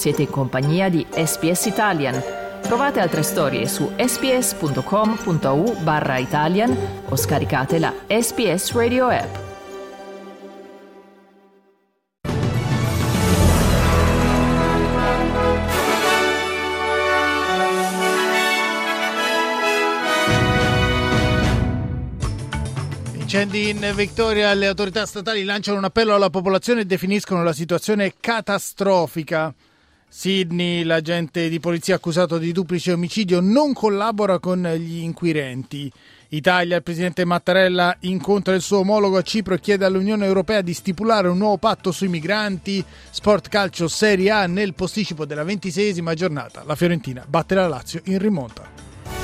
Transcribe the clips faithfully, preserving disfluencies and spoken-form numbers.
Siete in compagnia di S B S Italian. Trovate altre storie su sbs.com.au barra Italian o scaricate la S B S Radio app. Incendi in Victoria, le autorità statali lanciano un appello alla popolazione e definiscono la situazione catastrofica. Sydney, l'agente di polizia accusato di duplice omicidio, non collabora con gli inquirenti. Italia, il presidente Mattarella incontra il suo omologo a Cipro e chiede all'Unione Europea di stipulare un nuovo patto sui migranti. Sport calcio Serie A nel posticipo della ventiseiesima giornata. La Fiorentina batte la Lazio in rimonta.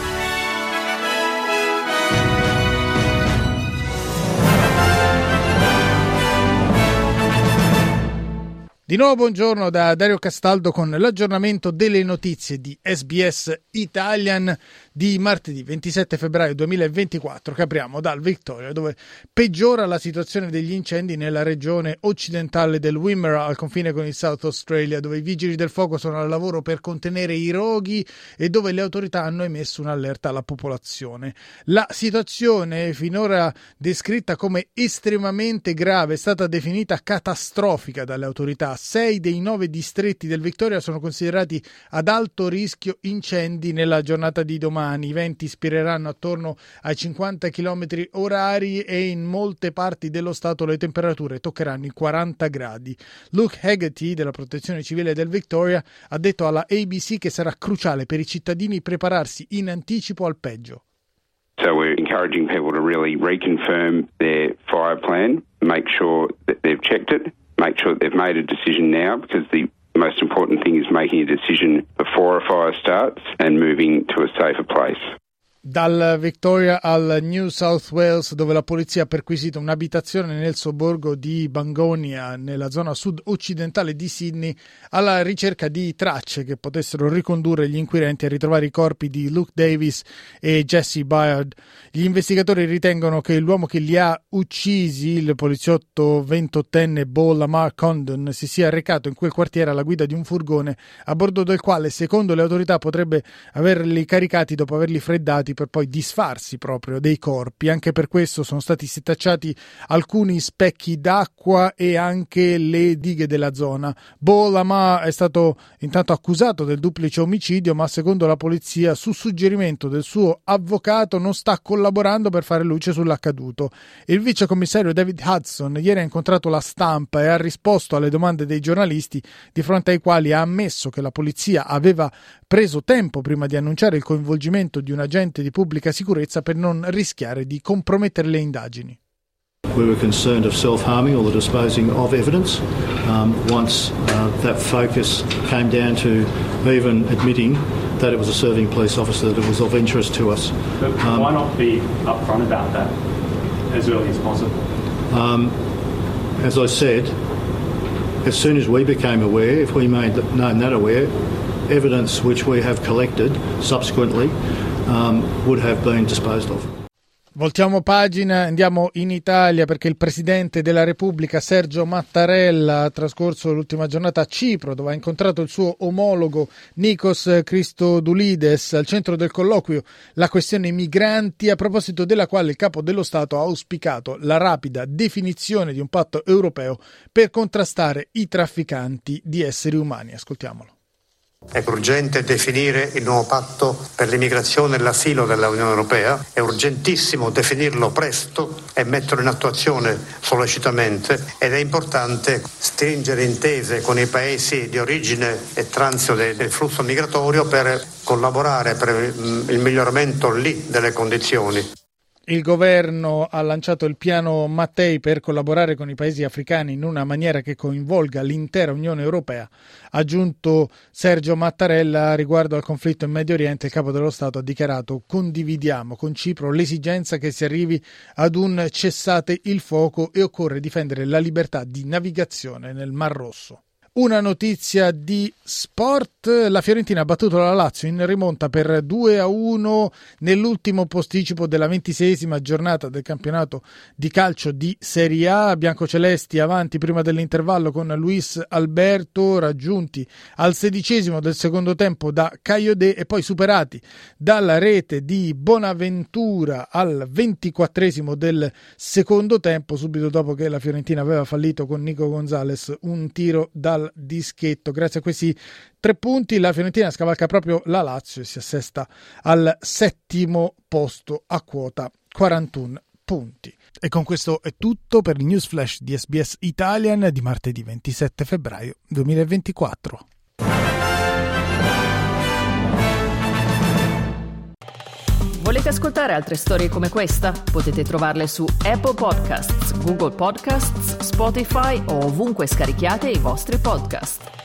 Di nuovo buongiorno da Dario Castaldo con l'aggiornamento delle notizie di S B S Italian di martedì ventisette febbraio duemilaventiquattro, che apriamo dal Victoria, dove peggiora la situazione degli incendi nella regione occidentale del Wimmera al confine con il South Australia, dove i vigili del fuoco sono al lavoro per contenere i roghi e dove le autorità hanno emesso un'allerta alla popolazione. La situazione, finora descritta come estremamente grave, è stata definita catastrofica dalle autorità. Sei dei nove distretti del Victoria sono considerati ad alto rischio incendi nella giornata di domani. I venti spireranno attorno ai cinquanta chilometri orari e in molte parti dello stato le temperature toccheranno i quaranta gradi. Luke Haggerty della Protezione Civile del Victoria ha detto alla A B C che sarà cruciale per i cittadini prepararsi in anticipo al peggio. So we're encouraging people to really reconfirm their fire plan, make sure that they've checked it, make sure that they've made a decision now, because the most important thing is making a decision before a fire starts and moving to a safer place. Dal Victoria al New South Wales, dove la polizia ha perquisito un'abitazione nel sobborgo di Bangonia, nella zona sud-occidentale di Sydney, alla ricerca di tracce che potessero ricondurre gli inquirenti a ritrovare i corpi di Luke Davis e Jesse Byard. Gli investigatori ritengono che l'uomo che li ha uccisi, il poliziotto ventottenne Bo Lamar Condon, si sia recato in quel quartiere alla guida di un furgone a bordo del quale, secondo le autorità, potrebbe averli caricati dopo averli freddati per poi disfarsi proprio dei corpi. Anche per questo sono stati setacciati alcuni specchi d'acqua e anche le dighe della zona. Bo Lamar è stato intanto accusato del duplice omicidio, ma secondo la polizia, su suggerimento del suo avvocato, non sta collaborando per fare luce sull'accaduto. Il vicecommissario David Hudson ieri ha incontrato la stampa e ha risposto alle domande dei giornalisti, di fronte ai quali ha ammesso che la polizia aveva preso tempo prima di annunciare il coinvolgimento di un agente di pubblica sicurezza per non rischiare di compromettere le indagini. We were concerned of self-harming or the disposing of evidence. Um, once uh, that focus came down to even admitting that it was a serving police officer that it was of interest to us. But um, why not be upfront about that as early as possible? Um, as I said, as soon as we became aware, if we made known that aware, evidence which we have collected subsequently um, would have been disposed of. Voltiamo pagina, andiamo in Italia perché il Presidente della Repubblica Sergio Mattarella ha trascorso l'ultima giornata a Cipro, dove ha incontrato il suo omologo Nikos Christodoulides. Al centro del colloquio la questione migranti, a proposito della quale il Capo dello Stato ha auspicato la rapida definizione di un patto europeo per contrastare i trafficanti di esseri umani. Ascoltiamolo. È urgente definire il nuovo patto per l'immigrazione e l'asilo dell'Unione Europea, è urgentissimo definirlo presto e metterlo in attuazione sollecitamente ed è importante stringere intese con i paesi di origine e transito del flusso migratorio per collaborare per il miglioramento lì delle condizioni. Il governo ha lanciato il piano Mattei per collaborare con i paesi africani in una maniera che coinvolga l'intera Unione Europea. Ha aggiunto Sergio Mattarella riguardo al conflitto in Medio Oriente. Il Capo dello Stato ha dichiarato: condividiamo con Cipro l'esigenza che si arrivi ad un cessate il fuoco e occorre difendere la libertà di navigazione nel Mar Rosso. Una notizia di sport: la Fiorentina ha battuto la Lazio in rimonta per due a uno nell'ultimo posticipo della ventiseiesima giornata del campionato di calcio di Serie A. Biancocelesti avanti prima dell'intervallo con Luis Alberto, raggiunti al sedicesimo del secondo tempo da Kayode e poi superati dalla rete di Bonaventura al ventiquattresimo del secondo tempo, subito dopo che la Fiorentina aveva fallito con Nico Gonzalez un tiro dal dischetto. Grazie a questi tre punti la Fiorentina scavalca proprio la Lazio e si assesta al settimo posto a quota quarantuno punti. E con questo è tutto per il News Flash di S B S Italian di martedì ventisette febbraio duemilaventiquattro. Volete ascoltare altre storie come questa? Potete trovarle su Apple Podcasts, Google Podcasts, Spotify o ovunque scarichiate i vostri podcast.